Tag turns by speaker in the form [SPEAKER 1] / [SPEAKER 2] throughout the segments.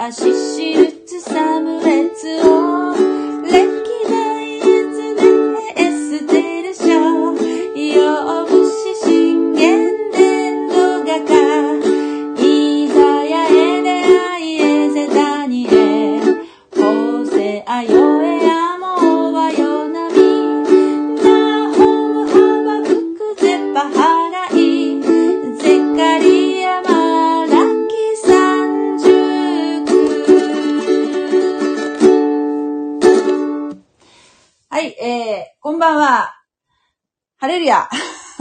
[SPEAKER 1] はシシルツサムレツを歴代図でエステル書ヨブシ信玄伝道画家イザヤエレアイエゼダニエホセアヨエアモワヨナミナホムハバククゼパハガイゼカリアマラキ三十九。はい、こんばんは。ハレルヤ。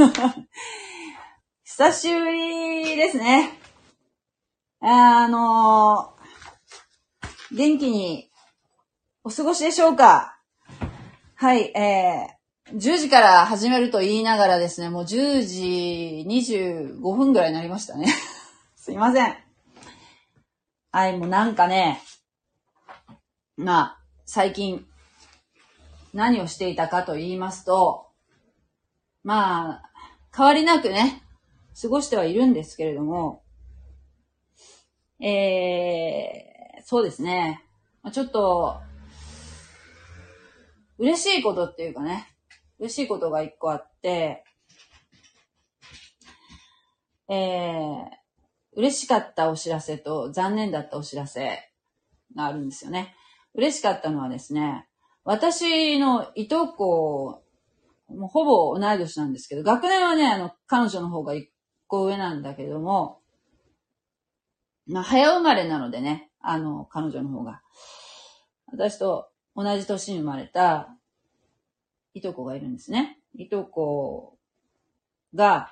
[SPEAKER 1] 久しぶりですね。元気にお過ごしでしょうか。はい、10時から始めると言いながらですね、もう10時25分ぐらいになりましたね。すいません。はい、もうなんかね、最近何をしていたかと言いますと、変わりなくね、過ごしてはいるんですけれども、そうですね。ちょっと、嬉しいことっていうかね、嬉しいことが一個あって、嬉しかったお知らせと残念だったお知らせがあるんですよね。嬉しかったのはですね、私のいとこ、もうほぼ同い年なんですけど、学年はね、彼女の方が一個上なんだけども、早生まれなのでね、彼女の方が。私と同じ年に生まれたいとこがいるんですね。いとこが、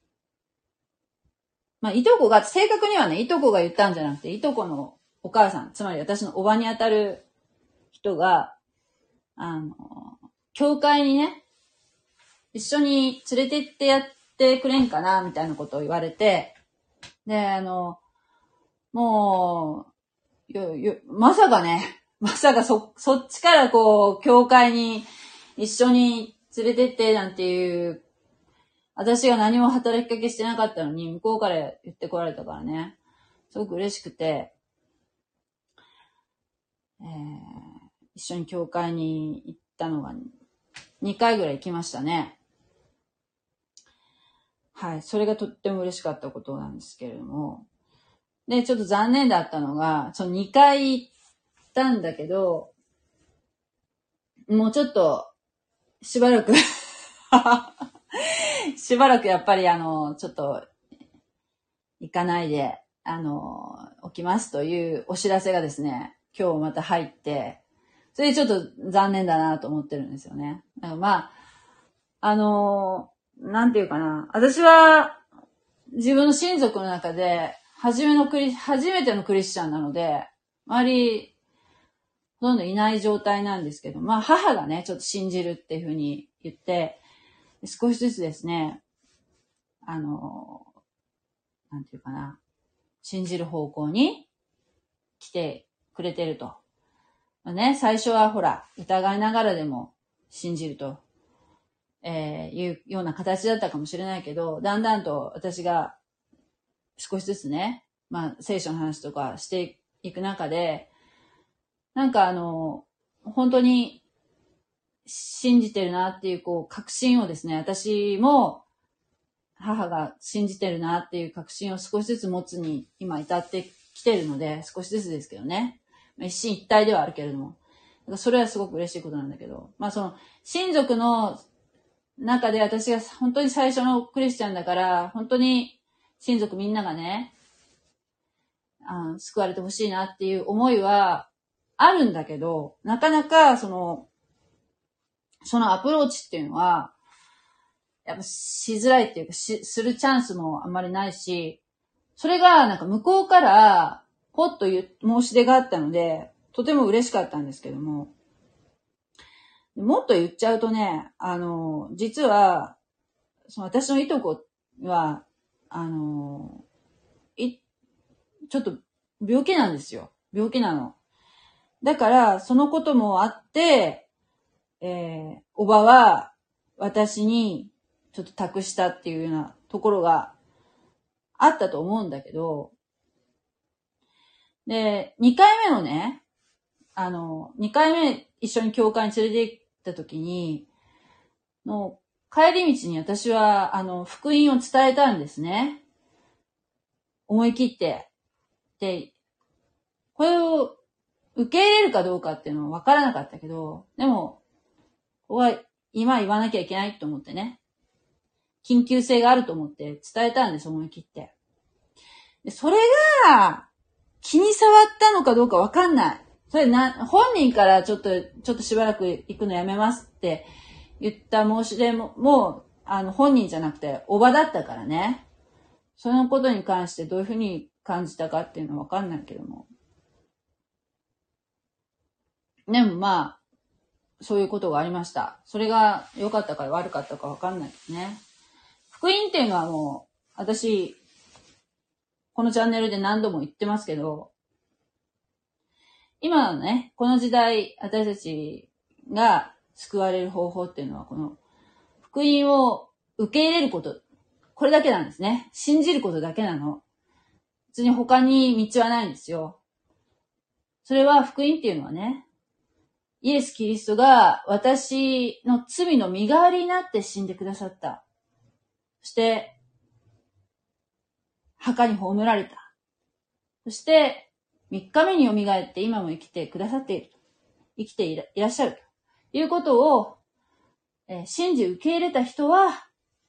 [SPEAKER 1] いとこが、正確にはね、いとこが言ったんじゃなくて、いとこのお母さん、つまり私のおばにあたる人が、教会にね、一緒に連れて行ってやってくれんかな、みたいなことを言われて、で、もう、まさかそっちからこう、教会に一緒に連れてってなんていう、私が何も働きかけしてなかったのに、向こうから言ってこられたからね、すごく嬉しくて、一緒に教会に行ったのが2回ぐらい行きましたね。はい、それがとっても嬉しかったことなんですけれども、で、ちょっと残念だったのが、その2回行ったんだけど、もうちょっと、しばらくやっぱりちょっと、行かないで、起きますというお知らせがですね、今日また入って、それでちょっと残念だなと思ってるんですよね。なんていうかな。私は、自分の親族の中で、初めてのクリスチャンなので、周り、ほとんどいない状態なんですけど、母がね、ちょっと信じるっていうふうに言って、少しずつですね、なんていうかな、信じる方向に来てくれてると。最初はほら、疑いながらでも信じると、いうような形だったかもしれないけど、だんだんと私が少しずつね、聖書の話とかしていく中で、なんか本当に信じてるなっていう、確信をですね、私も母が信じてるなっていう確信を少しずつ持つに今至ってきてるので、少しずつですけどね。一進一退ではあるけれども。それはすごく嬉しいことなんだけど、その親族の中で私が本当に最初のクリスチャンだから、本当に親族みんながね、救われてほしいなっていう思いはあるんだけど、なかなかそのアプローチっていうのは、やっぱしづらいっていうか、するチャンスもあんまりないし、それがなんか向こうからポッと申し出があったので、とても嬉しかったんですけども、もっと言っちゃうとね、実は、私のいとこは、ちょっと病気なんですよ。病気なの。だから、そのこともあって、おばは私にちょっと託したっていうようなところがあったと思うんだけど、 で、2回目のね、2回目一緒に教会に連れて行った時に、帰り道に私は、福音を伝えたんですね。思い切って。で、これを受け入れるかどうかっていうのは分からなかったけど、でも、ここは今言わなきゃいけないと思ってね。緊急性があると思って伝えたんです、思い切って。で、それが、気に障ったのかどうか分かんない。それ本人からちょっとしばらく行くのやめますって言った申し出も本人じゃなくて、おばだったからね。そのことに関してどういうふうに感じたかっていうのは分かんないけども。でもまあ、そういうことがありました。それが良かったか悪かったか分かんないですね。福音っていうのはもう、私、このチャンネルで何度も言ってますけど、今のね、この時代、私たちが救われる方法っていうのは、この福音を受け入れること、これだけなんですね。信じることだけなの。別に他に道はないんですよ。それは福音っていうのはね、イエス・キリストが私の罪の身代わりになって死んでくださった。そして、墓に葬られた。そして、3日目によみがえって今も生きてくださっている。生きていらっしゃるということを、信じ受け入れた人は、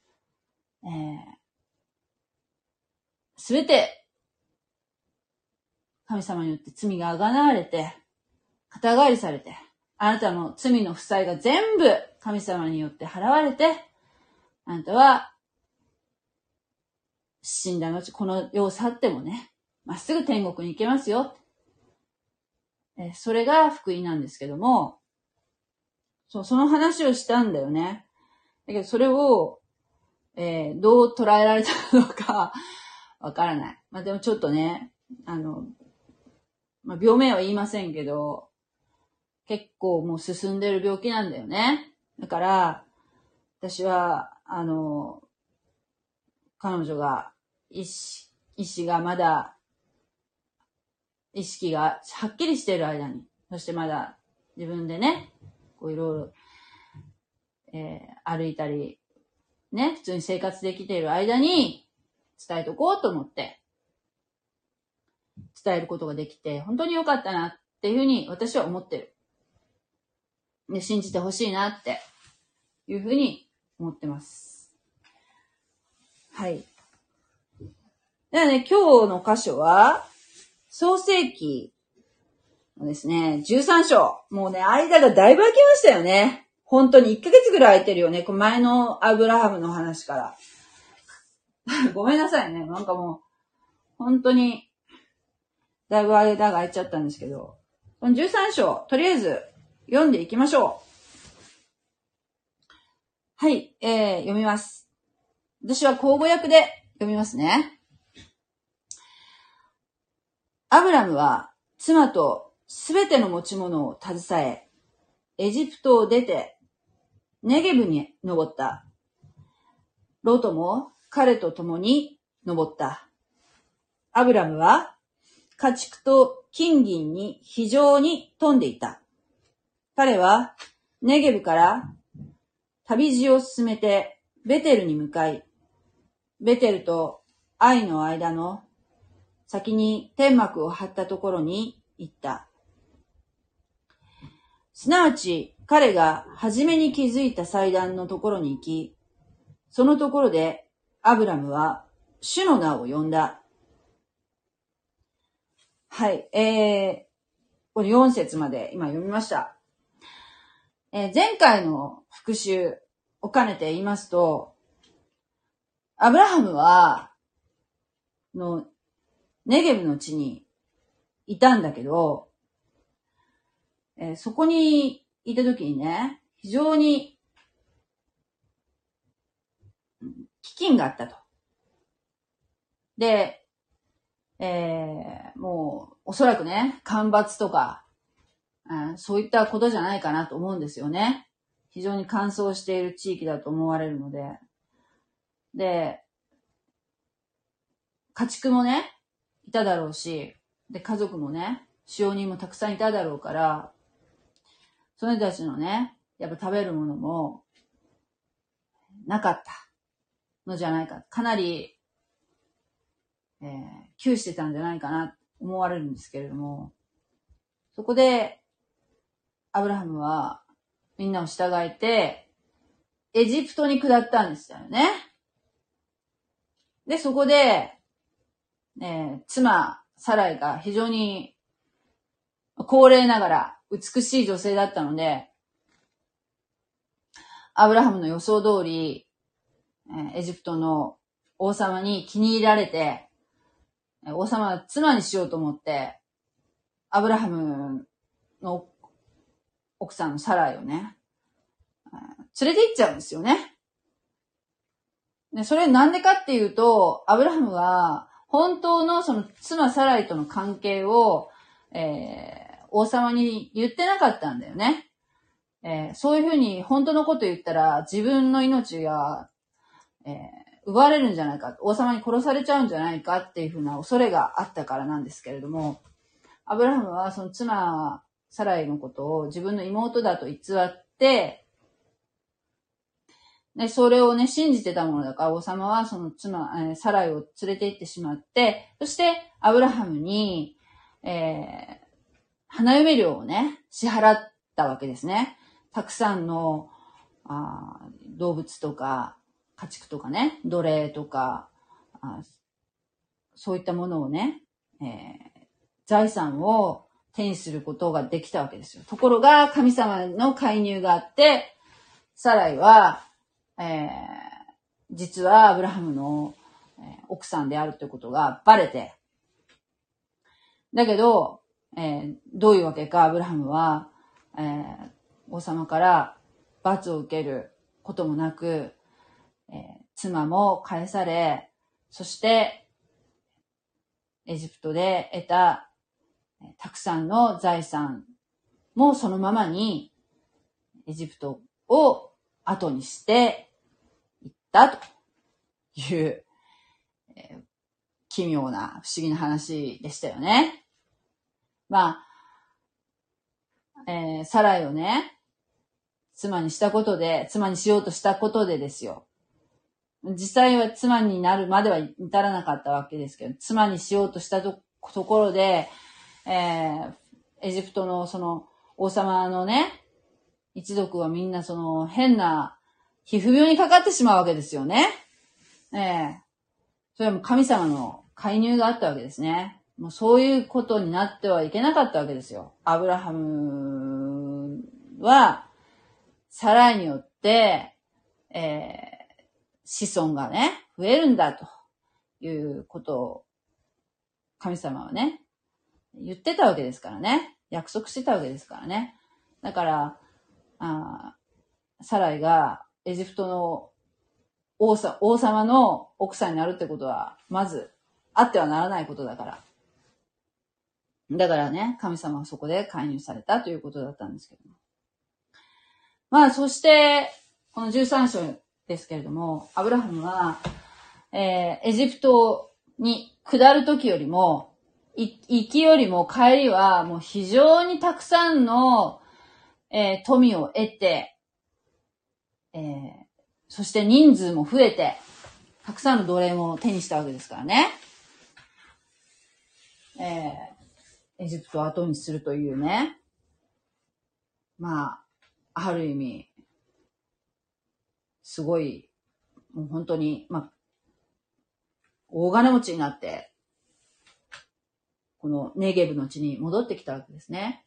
[SPEAKER 1] すべて神様によって罪があがなわれて、肩代わりされて、あなたの罪の負債が全部神様によって払われて、あなたは死んだ後、この世を去ってもね、まっすぐ天国に行けますよ。それが福音なんですけども、その話をしたんだよね。だけどそれを、どう捉えられたのかわからない。まあでもちょっとね、病名は言いませんけど、結構もう進んでる病気なんだよね。だから、私は、彼女が、医師がまだ、意識がはっきりしている間に、そしてまだ自分でね、こういろいろ、歩いたり、ね、普通に生活できている間に伝えとこうと思って、伝えることができて、本当に良かったなっていうふうに私は思ってる。で、信じてほしいなっていうふうに思ってます。はい。ではね、今日の箇所は、創世記のですね、13章。もうね、間がだいぶ空きましたよね。本当に1ヶ月ぐらい空いてるよね。前のアブラハムの話から。ごめんなさいね。なんかもう、本当に、だいぶ間が空いちゃったんですけど、この13章、とりあえず読んでいきましょう。はい、読みます。私は口語訳で読みますね。アブラムは妻とすべての持ち物を携え、エジプトを出て、ネゲブに登った。ロトも彼と共に登った。アブラムは家畜と金銀に非常に富んでいた。彼はネゲブから旅路を進めてベテルに向かい、ベテルとアイの間の先に天幕を張ったところに行った。すなわち彼が初めに築いた祭壇のところに行き、そのところでアブラムは主の名を呼んだ。はい、この4節まで今読みました。前回の復習を兼ねて言いますと、アブラハムは、ネゲブの地にいたんだけど、そこにいた時にね、非常に飢饉があったと。で、もうおそらくね、干ばつとか、そういったことじゃないかなと思うんですよね。非常に乾燥している地域だと思われるので。で、家畜もね、いただろうし、 で、家族もね、使用人もたくさんいただろうから、その人たちのね、やっぱ食べるものもなかったのじゃないか。かなり、窮してたんじゃないかなと思われるんですけれども、そこで、アブラハムはみんなを従えて、エジプトに下ったんですよね。で、そこで、妻、サライが非常に高齢ながら美しい女性だったので、アブラハムの予想通り、エジプトの王様に気に入られて、王様は妻にしようと思って、アブラハムの奥さんのサライをね、連れて行っちゃうんですよね。で、それなんでかっていうと、アブラハムは本当のその妻サライとの関係を、王様に言ってなかったんだよね。そういうふうに本当のこと言ったら自分の命が、奪われるんじゃないか、王様に殺されちゃうんじゃないかっていうふうな恐れがあったからなんですけれども、アブラハムはその妻サライのことを自分の妹だと偽って、で、それをね、信じてたものだから、王様はその妻、サライを連れて行ってしまって、そしてアブラハムに、花嫁料をね、支払ったわけですね。たくさんの動物とか、家畜とかね、奴隷とか、そういったものをね、財産を手にすることができたわけですよ。ところが、神様の介入があって、サライは、実はアブラハムの、奥さんであるということがバレて、だけど、どういうわけかアブラハムは、王様から罰を受けることもなく、妻も返され、そしてエジプトで得たたくさんの財産もそのままにエジプトを後にしていったという、奇妙な不思議な話でしたよね。まあ、サライをね、妻にしようとしたことでですよ。実際は妻になるまでは至らなかったわけですけど、妻にしようとしたところで、エジプトのその王様のね、一族はみんなその変な皮膚病にかかってしまうわけですよね。それはもう神様の介入があったわけですね。もうそういうことになってはいけなかったわけですよ。アブラハムはサライによって、子孫がね、増えるんだということを神様はね、言ってたわけですからね。約束してたわけですからね。だから、サライがエジプトの王様の奥さんになるってことは、まずあってはならないことだから。だからね、神様はそこで介入されたということだったんですけども。まあ、そして、この13章ですけれども、アブラハムは、エジプトに下る時よりも、行きよりも帰りはもう非常にたくさんの、富を得て、そして人数も増えて、たくさんの奴隷も手にしたわけですからね。エジプトを後にするというね。まあ、ある意味、すごい、もう本当に、大金持ちになって、このネゲブの地に戻ってきたわけですね。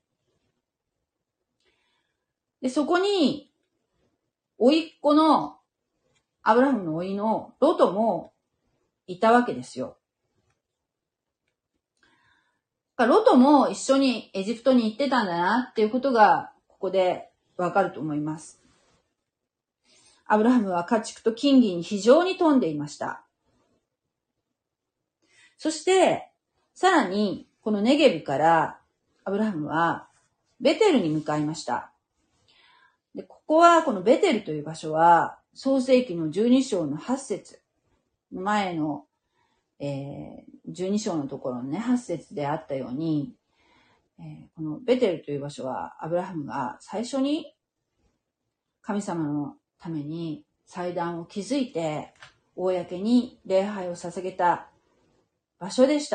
[SPEAKER 1] で、そこに、甥っ子の、アブラハムの甥のロトもいたわけですよ。ロトも一緒にエジプトに行ってたんだなっていうことが、ここでわかると思います。アブラハムは家畜と金銀に非常に富んでいました。そして、さらに、このネゲブからアブラハムはベテルに向かいました。で、ここは、このベテルという場所は、創世記の12章の8節の前の 12章のところのね、8節であったように、このベテルという場所はアブラハムが最初に神様のために祭壇を築いて公に礼拝を捧げた場所でした。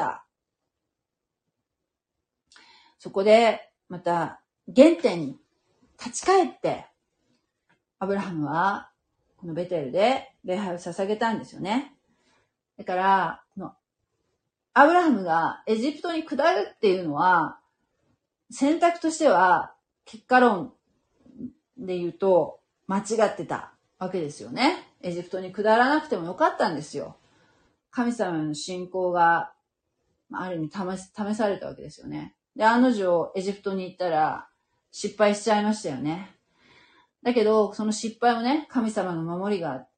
[SPEAKER 1] そこでまた原点に立ち返ってアブラハムはこのベテルで礼拝を捧げたんですよね。だからこのアブラハムがエジプトに下るっていうのは選択としては結果論で言うと間違ってたわけですよね。エジプトに下らなくてもよかったんですよ。神様への信仰がある意味試されたわけですよね。で、案の定エジプトに行ったら失敗しちゃいましたよね。だけどその失敗もね、神様の守りがあって、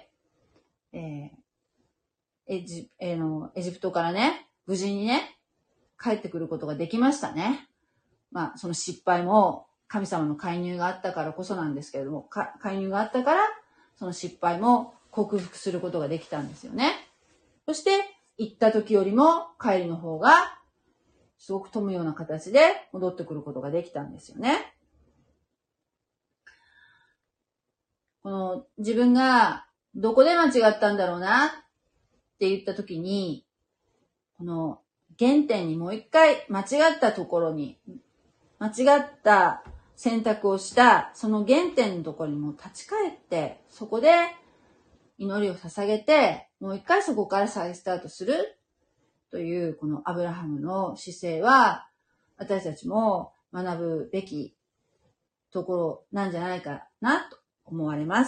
[SPEAKER 1] エジプトからね、無事にね、帰ってくることができましたね。その失敗も神様の介入があったからこそなんですけれども、介入があったから、その失敗も克服することができたんですよね。そして、行った時よりも帰りの方が、すごく富むような形で戻ってくることができたんですよね。この自分がどこで間違ったんだろうなって言った時に、この原点にもう一回間違ったところに、間違った選択をしたその原点のところにも立ち返って、そこで祈りを捧げて、もう一回そこから再スタートするというこのアブラハムの姿勢は、私たちも学ぶべきところなんじゃないかなと思われます。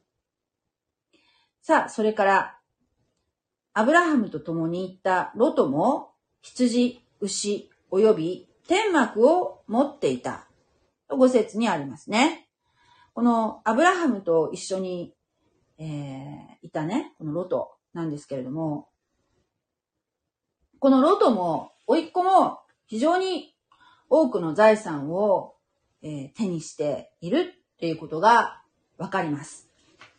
[SPEAKER 1] さあ、それからアブラハムと共に行ったロトも羊、牛および天幕を持っていたと5節にありますね。このアブラハムと一緒に、いたね、このロトなんですけれども、このロトも甥っ子も非常に多くの財産を、手にしているということがわかります。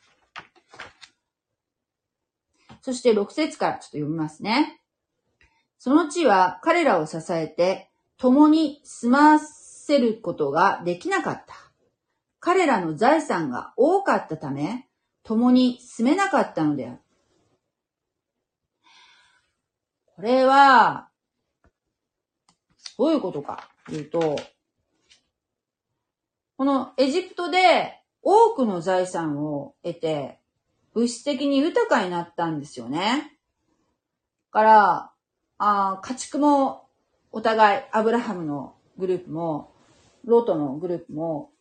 [SPEAKER 1] そして6節からちょっと読みますね。その地は彼らを支えて共に住ませることができなかった。彼らの財産が多かったため、共に住めなかったのである。これは、どういうことかというと、このエジプトで多くの財産を得て、物質的に豊かになったんですよね。だから、家畜もお互い、アブラハムのグループも、ロートのグループも、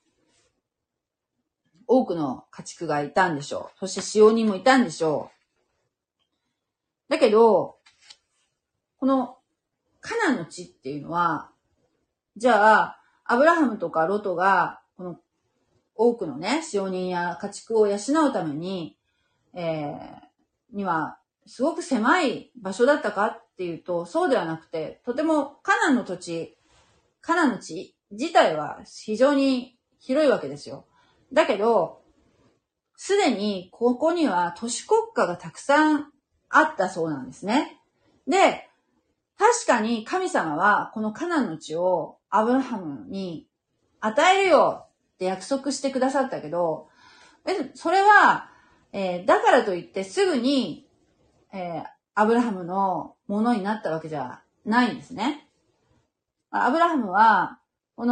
[SPEAKER 1] 多くの家畜がいたんでしょう。そして使用人もいたんでしょう。だけど、このカナンの地っていうのは、じゃあ、アブラハムとかロトが、この多くのね、使用人や家畜を養うために、には、すごく狭い場所だったかっていうと、そうではなくて、とてもカナンの地自体は非常に広いわけですよ。だけど、すでにここには都市国家がたくさんあったそうなんですね。で、確かに神様はこのカナンの地をアブラハムに与えるよって約束してくださったけど、それは、だからといってすぐに、アブラハムのものになったわけじゃないんですね。アブラハムは、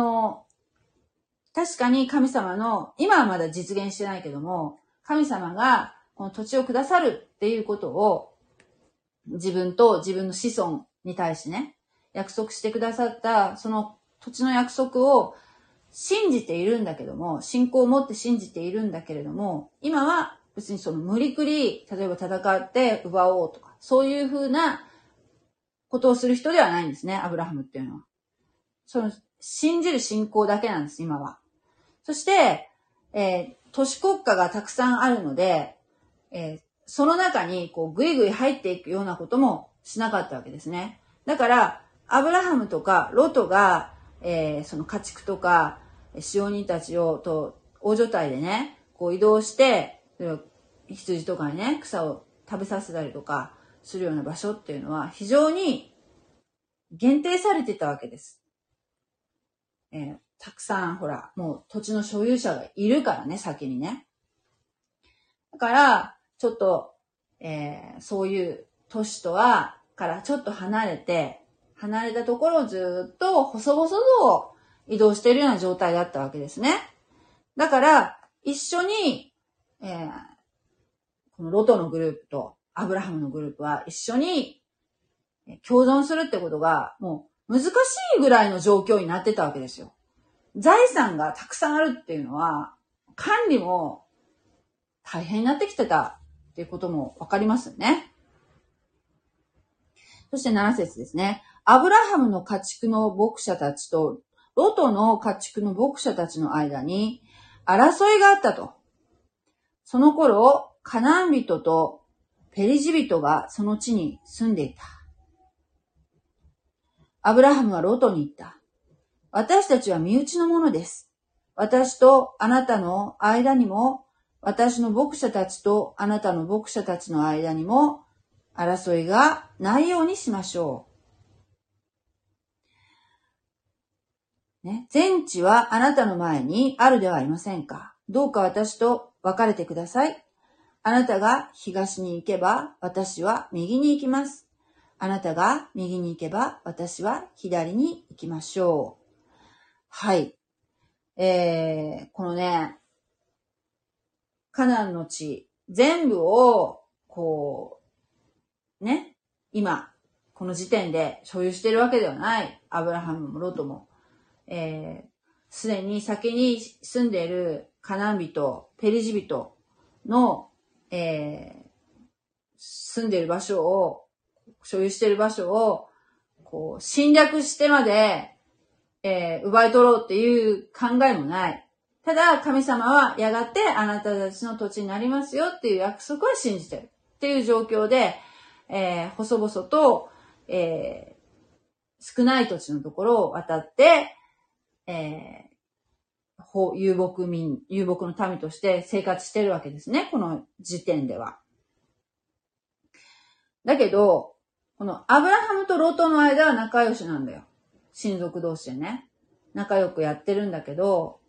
[SPEAKER 1] 確かに神様の、今はまだ実現してないけども、神様がこの土地をくださるっていうことを、自分と自分の子孫に対してね、約束してくださった、その土地の約束を信じているんだけども、信仰を持って信じているんだけれども、今は別にその無理くり、例えば戦って奪おうとか、そういうふうなことをする人ではないんですね、アブラハムっていうのは。その信じる信仰だけなんです、今は。そして、都市国家がたくさんあるので、その中にこうぐいぐい入っていくようなこともしなかったわけですね。だから、アブラハムとかロトが、その家畜とか使用人たちを大所帯でね、こう移動して、羊とかにね、草を食べさせたりとか、 するような場所っていうのは非常に限定されてたわけです。たくさんほら、もう土地の所有者がいるからね、先にね。だから、ちょっと、そういう都市からちょっと離れたところをずっと細々と移動しているような状態だったわけですね。だから、一緒に、このロトのグループとアブラハムのグループは一緒に共存するってことがもう難しいぐらいの状況になってたわけですよ。財産がたくさんあるっていうのは管理も大変になってきてたっていうこともわかりますよね。そして7節ですね。アブラハムの家畜の牧者たちとロトの家畜の牧者たちの間に争いがあったと。その頃、カナン人とペリジ人がその地に住んでいた。アブラハムはロトに言った。私たちは身内のものです。私とあなたの間にも、私の牧者たちとあなたの牧者たちの間にも、争いがないようにしましょう。ね、全地はあなたの前にあるではありませんか。どうか私と別れてください。あなたが東に行けば、私は右に行きます。あなたが右に行けば、私は左に行きましょう。はい。このね、カナンの地、全部を、今、この時点で所有しているわけではない。アブラハムもロトも。すでに先に住んでいるカナン人、ペリジ人の、住んでいる場所を、所有している場所を、侵略してまで、奪い取ろうっていう考えもない。ただ、神様はやがてあなたたちの土地になりますよっていう約束は信じてるっていう状況で、細々と、少ない土地のところを渡って、遊牧の民として生活してるわけですね。この時点では。だけど、このアブラハムとロトの間は仲良しなんだよ。親族同士でね。仲良くやってるんだけど、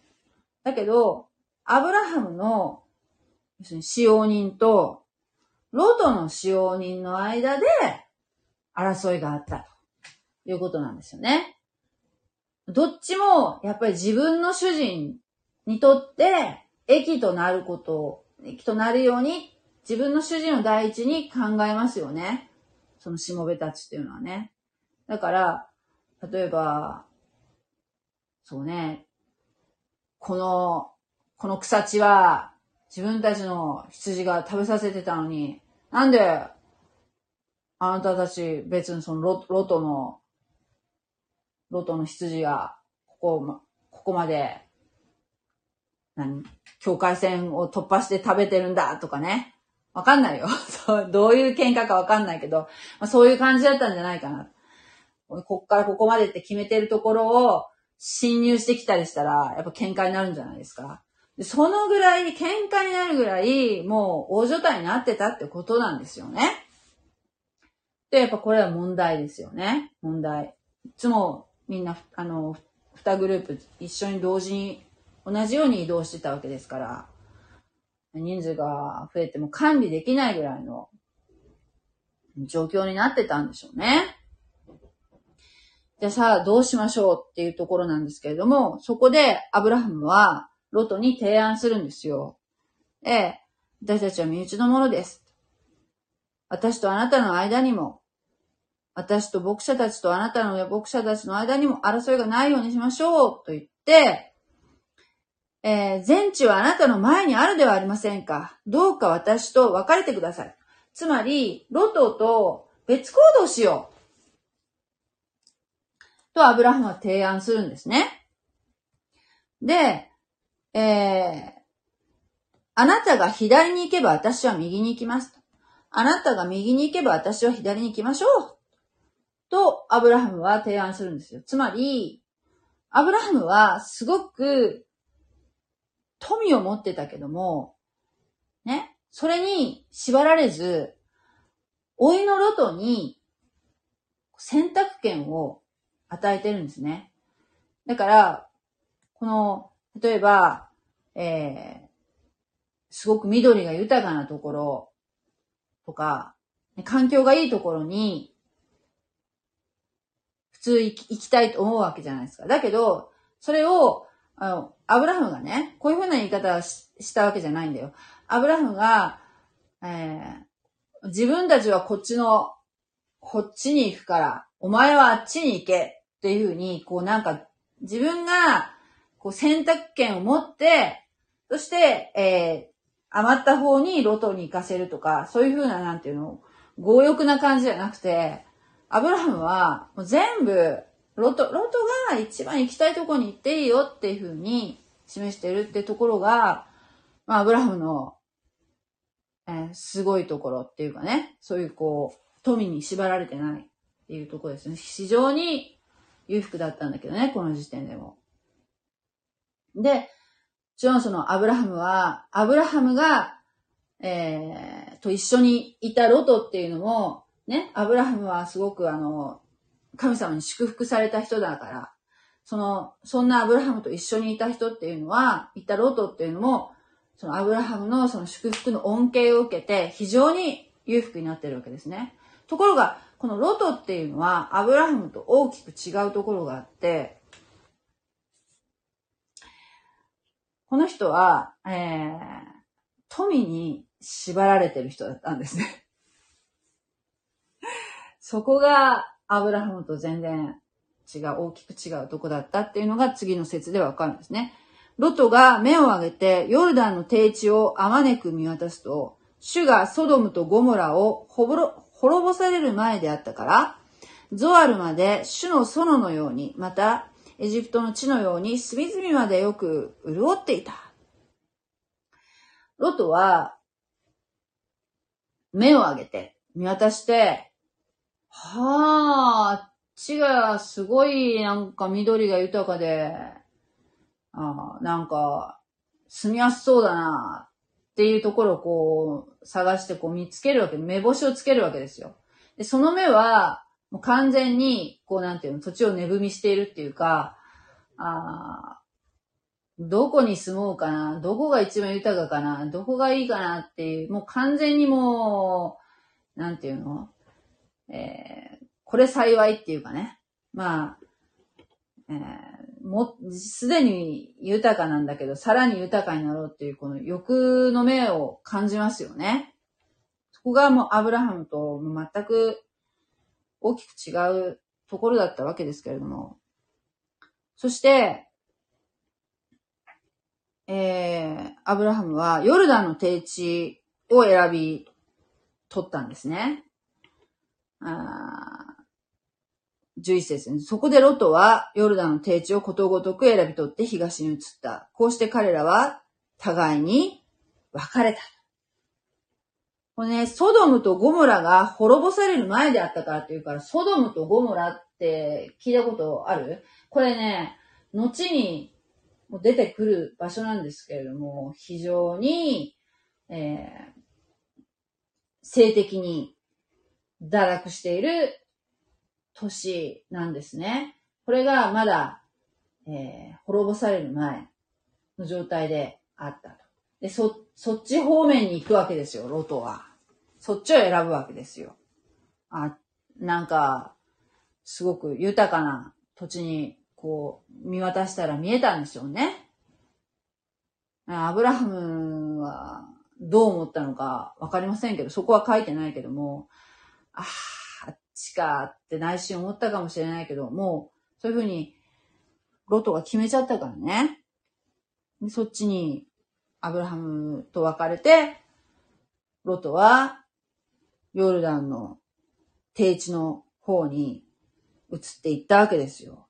[SPEAKER 1] アブラハムの要するに使用人とロトの使用人の間で争いがあったということなんですよね。どっちもやっぱり自分の主人にとって益となるように自分の主人を第一に考えますよね。そのしもべたちっていうのはね。だから、例えば、そうね、この草地は自分たちの羊が食べさせてたのに、なんであなたたち別にそのロトの羊がここまで境界線を突破して食べてるんだとかね。わかんないよ。どういう喧嘩かわかんないけど、そういう感じだったんじゃないかな。こっからここまでって決めてるところを侵入してきたりしたら、やっぱ喧嘩になるんじゃないですか。でそのぐらい、喧嘩になるぐらい、もう大所帯になってたってことなんですよね。で、やっぱこれは問題ですよね。問題。いつもみんな、2グループ一緒に同時に、同じように移動してたわけですから、人数が増えても管理できないぐらいの状況になってたんでしょうね。じゃあさあどうしましょうっていうところなんですけれども、そこでアブラハムはロトに提案するんですよ。私たちは身内のものです。私とあなたの間にも、私と牧者たちとあなたの牧者たちの間にも争いがないようにしましょうと言って、全地はあなたの前にあるではありませんか。どうか私と別れてください。つまり、ロトと別行動しよう。とアブラハムは提案するんですね。で、あなたが左に行けば私は右に行きます。あなたが右に行けば私は左に行きましょう。とアブラハムは提案するんですよ。つまり、アブラハムはすごく富を持ってたけども、ね、それに縛られず、 老いのロトに選択権を与えてるんですね。だから、例えば、すごく緑が豊かなところとか、環境がいいところに、普通行きたいと思うわけじゃないですか。だけど、それを、アブラハムがね、こういうふうな言い方をしたわけじゃないんだよ。アブラハムが、自分たちはこっちに行くから、お前はあっちに行けっていうふうに、自分が、選択権を持って、そして、余った方にロトに行かせるとか、そういうふうな、強欲な感じじゃなくて、アブラハムは、もう全部、ロトが一番行きたいところに行っていいよっていうふうに示しているってところが、アブラハムの、すごいところっていうかね、そういう富に縛られてないっていうところですね。非常に裕福だったんだけどね、この時点でも。で、もちろんそのアブラハムが、と一緒にいたロトっていうのも、ね、アブラハムはすごく神様に祝福された人だから、そんなアブラハムと一緒にいた人っていうのは、いたロトっていうのも、そのアブラハムのその祝福の恩恵を受けて、非常に裕福になってるわけですね。ところが、このロトっていうのは、アブラハムと大きく違うところがあって、この人は、富に縛られてる人だったんですね。そこがアブラハムと全然大きく違うとこだったっていうのが次の説でわかるんですね。ロトが目を上げてヨルダンの低地をあまねく見渡すと、主がソドムとゴモラを滅ぼされる前であったから、ゾアルまで主の園のように、またエジプトの地のように隅々までよく潤っていた。ロトは目を上げて見渡して、あっちがすごい緑が豊かで、住みやすそうだなっていうところを探して見つけるわけ、目星をつけるわけですよ。で、その目はもう完全に土地を値踏みしているっていうか、どこに住もうかな、どこが一番豊かかな、どこがいいかなっていう、もう完全にもう、これ幸いっていうかね。もうすでに豊かなんだけど、さらに豊かになろうっていうこの欲の目を感じますよね。そこがもうアブラハムと全く大きく違うところだったわけですけれども。そして、アブラハムはヨルダンの低地を選び取ったんですね。11節に、そこでロトはヨルダンの低地をことごとく選び取って東に移った。こうして彼らは互いに別れた。これね、ソドムとゴモラが滅ぼされる前であったからっていうから、ソドムとゴモラって聞いたことある？これね、後に出てくる場所なんですけれども、非常に、性的に堕落している都市なんですね。これがまだ、滅ぼされる前の状態であったと。で、そっち方面に行くわけですよ、ロトは。そっちを選ぶわけですよ。すごく豊かな土地に見渡したら見えたんでしょうね。アブラハムはどう思ったのかわかりませんけど、そこは書いてないけども、あっちかって内心思ったかもしれないけど、もうそういうふうにロトが決めちゃったからね。でそっちにアブラハムと別れて、ロトはヨルダンの低地の方に移っていったわけですよ。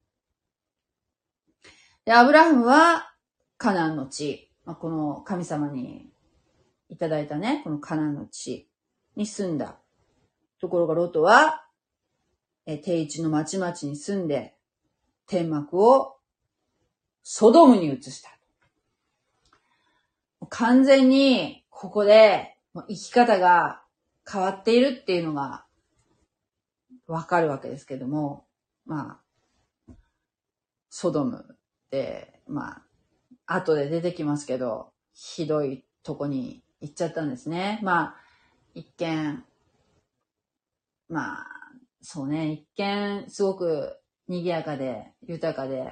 [SPEAKER 1] で、アブラハムはカナンの地、この神様にいただいたね、このカナンの地に住んだ。ところがロトは、低地の町々に住んで、天幕をソドムに移した。完全にここで生き方が変わっているっていうのがわかるわけですけども、ソドムで、後で出てきますけど、ひどいとこに行っちゃったんですね。一見、そうね、一見すごく賑やかで豊かで、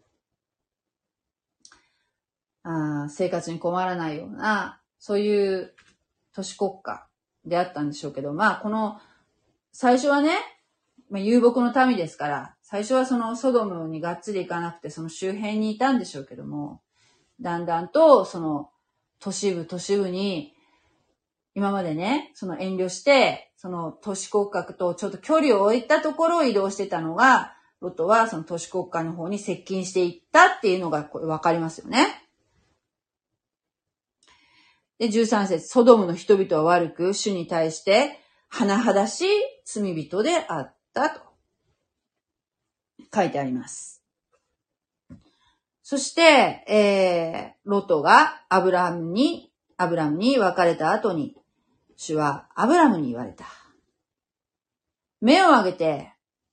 [SPEAKER 1] 生活に困らないような、そういう都市国家であったんでしょうけど、この、最初はね、遊牧の民ですから、最初はそのソドムにがっつり行かなくて、その周辺にいたんでしょうけども、だんだんとその都市部に、今までね、その遠慮して、その都市国家とちょっと距離を置いたところを移動してたのが、ロトはその都市国家の方に接近していったっていうのがこれわかりますよね。で、13節、ソドムの人々は悪く、主に対して甚だしい罪人であったと書いてあります。そして、ロトがアブラムに別れた後に、主はアブラムに言われた。目を上げて、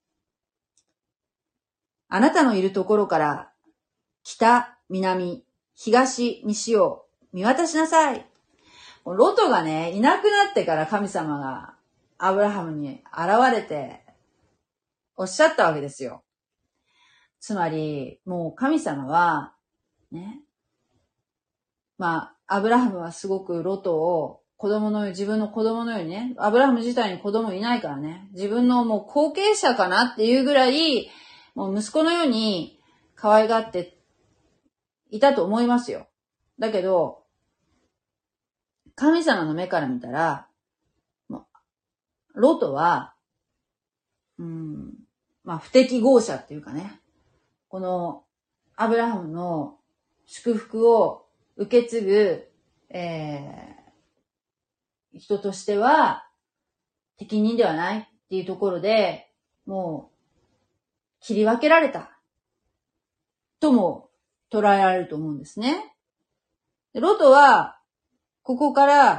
[SPEAKER 1] あなたのいるところから北、南、東、西を見渡しなさい。ロトがね、いなくなってから神様がアブラハムに現れておっしゃったわけですよ。つまり、もう神様は、ね、アブラハムはすごくロトを自分の子供のようにね、アブラハム自体に子供いないからね、自分のもう後継者かなっていうぐらい、もう息子のように可愛がっていたと思いますよ。だけど、神様の目から見たら、ロトは、不適合者っていうかね、このアブラハムの祝福を受け継ぐ、人としては適任ではないっていうところで、もう切り分けられたとも捉えられると思うんですね。ロトはここから、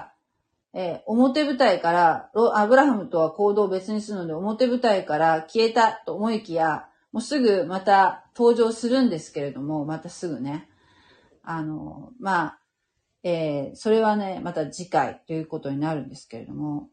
[SPEAKER 1] 表舞台からアブラハムとは行動を別にするので表舞台から消えたと思いきや、もうすぐまた登場するんですけれども、またすぐね。それはね、また次回ということになるんですけれども、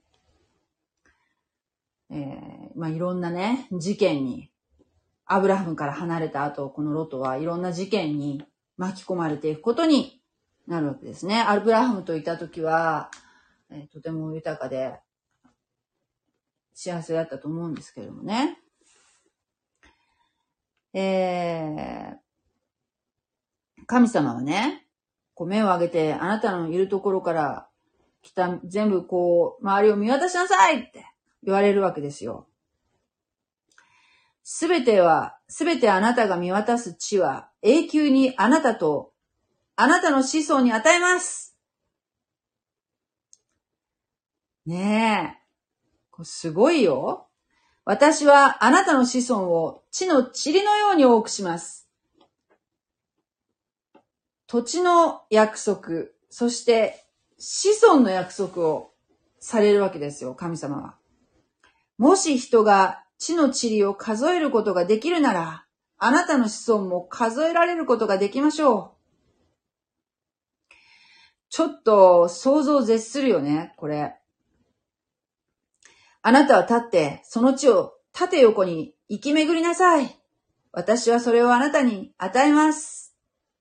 [SPEAKER 1] いろんなね、事件に、アブラハムから離れた後、このロトはいろんな事件に巻き込まれていくことになるわけですね。アブラハムといた時は、とても豊かで幸せだったと思うんですけれどもね。神様はね、こう目を上げてあなたのいるところから全部こう周りを見渡しなさいって言われるわけですよ。すべてあなたが見渡す地は永久にあなたとあなたの子孫に与えます。ねえ。これすごいよ。私はあなたの子孫を地の塵のように多くします。土地の約束、そして子孫の約束をされるわけですよ、神様は。もし人が地の塵を数えることができるなら、あなたの子孫も数えられることができましょう。ちょっと想像を絶するよね、これ。あなたは立って、その地を縦横に行き巡りなさい。私はそれをあなたに与えます。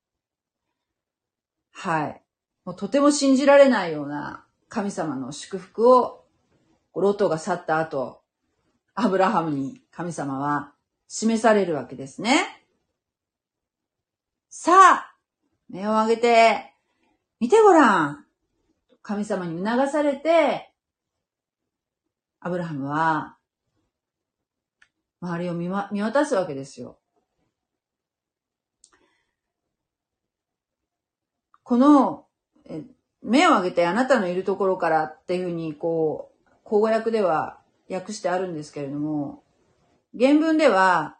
[SPEAKER 1] はい。もうとても信じられないような神様の祝福を、ロトが去った後、アブラハムに神様は示されるわけですね。さあ、目を上げて、見てごらん。神様に促されて、アブラハムは、周りを見渡すわけですよ。この、目を上げてあなたのいるところからっていうふうに、口語訳では訳してあるんですけれども、原文では、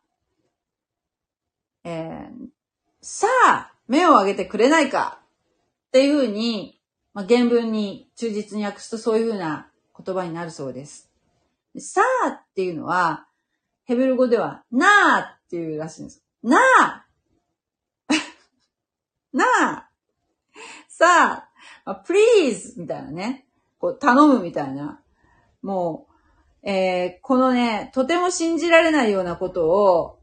[SPEAKER 1] さあ、目を上げてくれないかっていうふうに、原文に忠実に訳すとそういうふうな言葉になるそうです。サーっていうのは、ヘブル語では、なーっていうらしいんです。なーなーさあ、please みたいなね。こう、頼むみたいな。もう、このね、とても信じられないようなことを、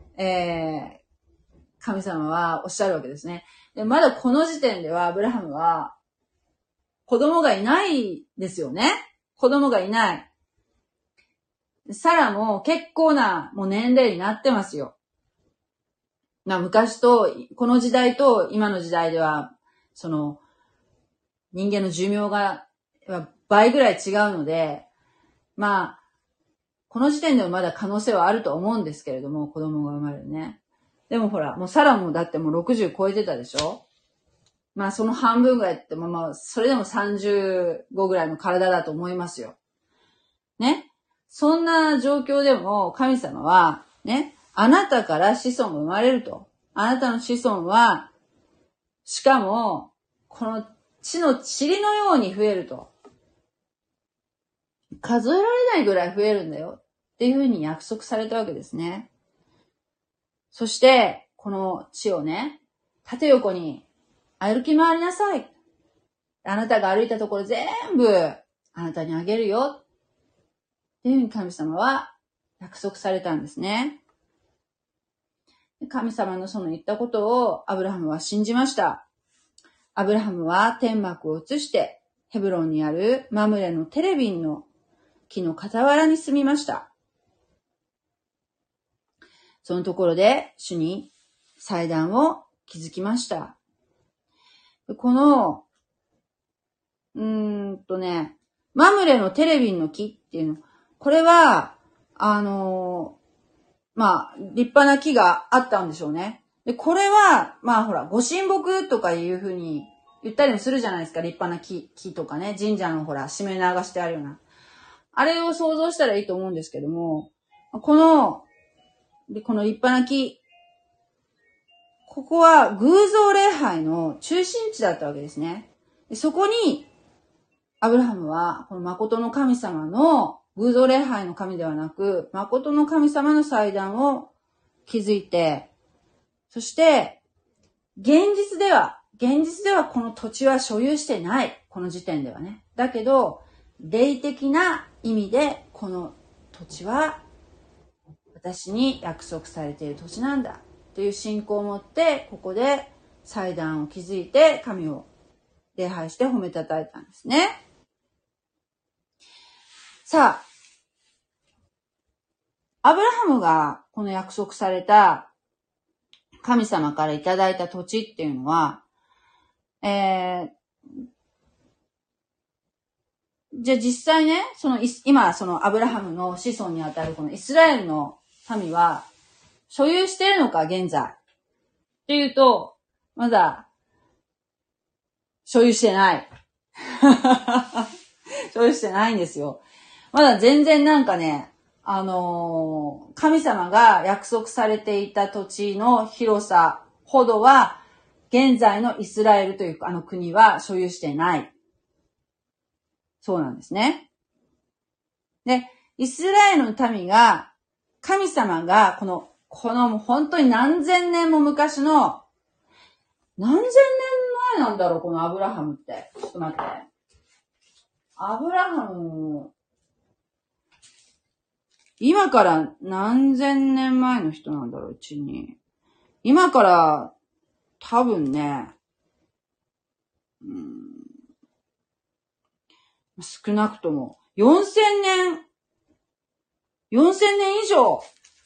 [SPEAKER 1] 神様はおっしゃるわけですね。で、まだこの時点では、アブラハムは、子供がいないですよね。子供がいない。サラも結構なもう年齢になってますよ。昔と、この時代と今の時代では、その、人間の寿命が倍ぐらい違うので、この時点でもまだ可能性はあると思うんですけれども、子供が生まれるね。でもほら、もうサラもだってもう60超えてたでしょ？その半分ぐらいってそれでも35ぐらいの体だと思いますよ。ね。そんな状況でも神様は、ね、あなたから子孫が生まれると。あなたの子孫は、しかも、この地の塵のように増えると。数えられないぐらい増えるんだよ。っていうふうに約束されたわけですね。そして、この地をね、縦横に歩き回りなさい。あなたが歩いたところ全部あなたにあげるよ。っていうふうに神様は約束されたんですね。神様のその言ったことをアブラハムは信じました。アブラハムは天幕を移してヘブロンにあるマムレのテレビンの木の傍らに住みました。そのところで主に祭壇を築きました。この、マムレのテレビンの木っていうの、これは、立派な木があったんでしょうね。で、これは、ほら、ご神木とかいう風に言ったりもするじゃないですか。立派な木とかね。神社のほら、しめ縄がしてあるような。あれを想像したらいいと思うんですけども、この立派な木、ここは偶像礼拝の中心地だったわけですね。でそこに、アブラハムは、この誠の神様の偶像礼拝の神ではなく、誠の神様の祭壇を築いて、そして、現実ではこの土地は所有してない。この時点ではね。だけど、霊的な意味で、この土地は私に約束されている土地なんだ。という信仰を持って、ここで祭壇を築いて、神を礼拝して褒めたたえたんですね。さあ、アブラハムがこの約束された神様からいただいた土地っていうのは、じゃあ実際ね、今アブラハムの子孫にあたるこのイスラエルの民は所有しているのか現在っていうと、まだ所有してない。所有してないんですよ。まだ全然神様が約束されていた土地の広さほどは、現在のイスラエルという国は所有してない。そうなんですね。で、イスラエルの民が、神様がこの本当に何千年も昔の、何千年前なんだろう、このアブラハムって。ちょっと待って。アブラハム、今から何千年前の人なんだろう、うちに。今から多分ね、少なくとも4000年以上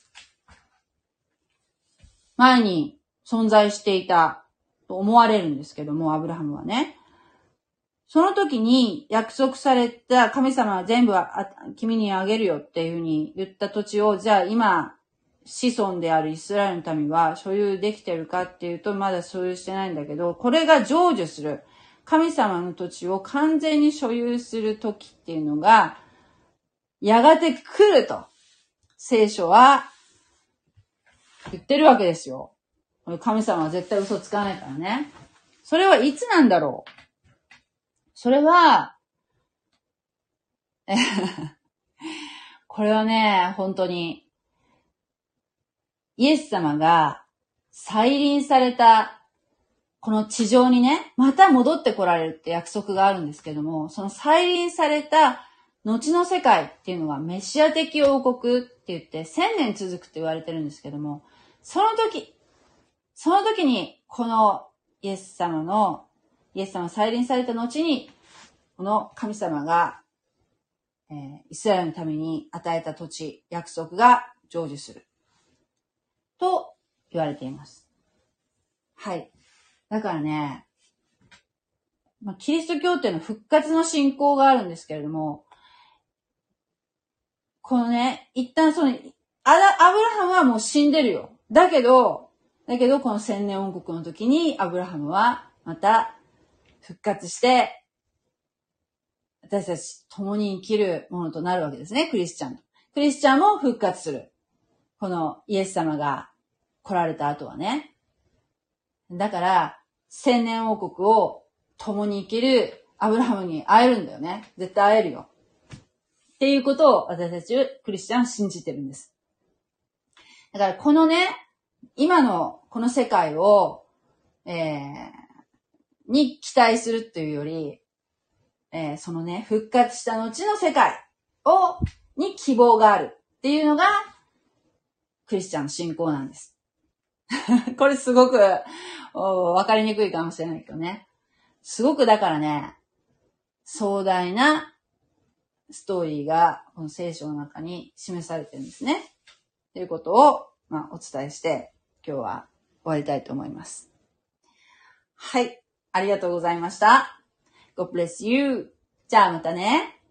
[SPEAKER 1] 前に存在していたと思われるんですけども、アブラハムはね。その時に約束された神様は全部君にあげるよっていうふうに言った土地を、じゃあ今、子孫であるイスラエルの民は所有できてるかっていうと、まだ所有してないんだけど、これが成就する。神様の土地を完全に所有する時っていうのが、やがて来ると、聖書は言ってるわけですよ。神様は絶対嘘つかないからね。それはいつなんだろう。それは、 これはね、本当に、イエス様が再臨された、この地上にね、また戻ってこられるって約束があるんですけども、その再臨された後の世界っていうのはメシア的王国って言って1000年続くって言われてるんですけども、その時にこのイエス様再臨された後に、この神様が、イスラエルのために与えた土地、約束が成就する。と言われています。はい。だからね、キリスト教っていうのは復活の信仰があるんですけれども、このね、一旦アブラハムはもう死んでるよ。だけど、この千年王国の時にアブラハムはまた復活して、私たち共に生きるものとなるわけですね、クリスチャン。クリスチャンも復活する。このイエス様が来られた後はね。だから、千年王国を共に生きるアブラハムに会えるんだよね。絶対会えるよ。っていうことを私たちクリスチャンは信じてるんです。だからこのね、今のこの世界を、に期待するっていうより、そのね、復活した後の世界に希望があるっていうのがクリスチャンの信仰なんです。これすごくわかりにくいかもしれないけどね。すごくだからね、壮大なストーリーがこの聖書の中に示されてるんですね。ということを、お伝えして今日は終わりたいと思います。はい。ありがとうございました。God bless you. じゃあまたね。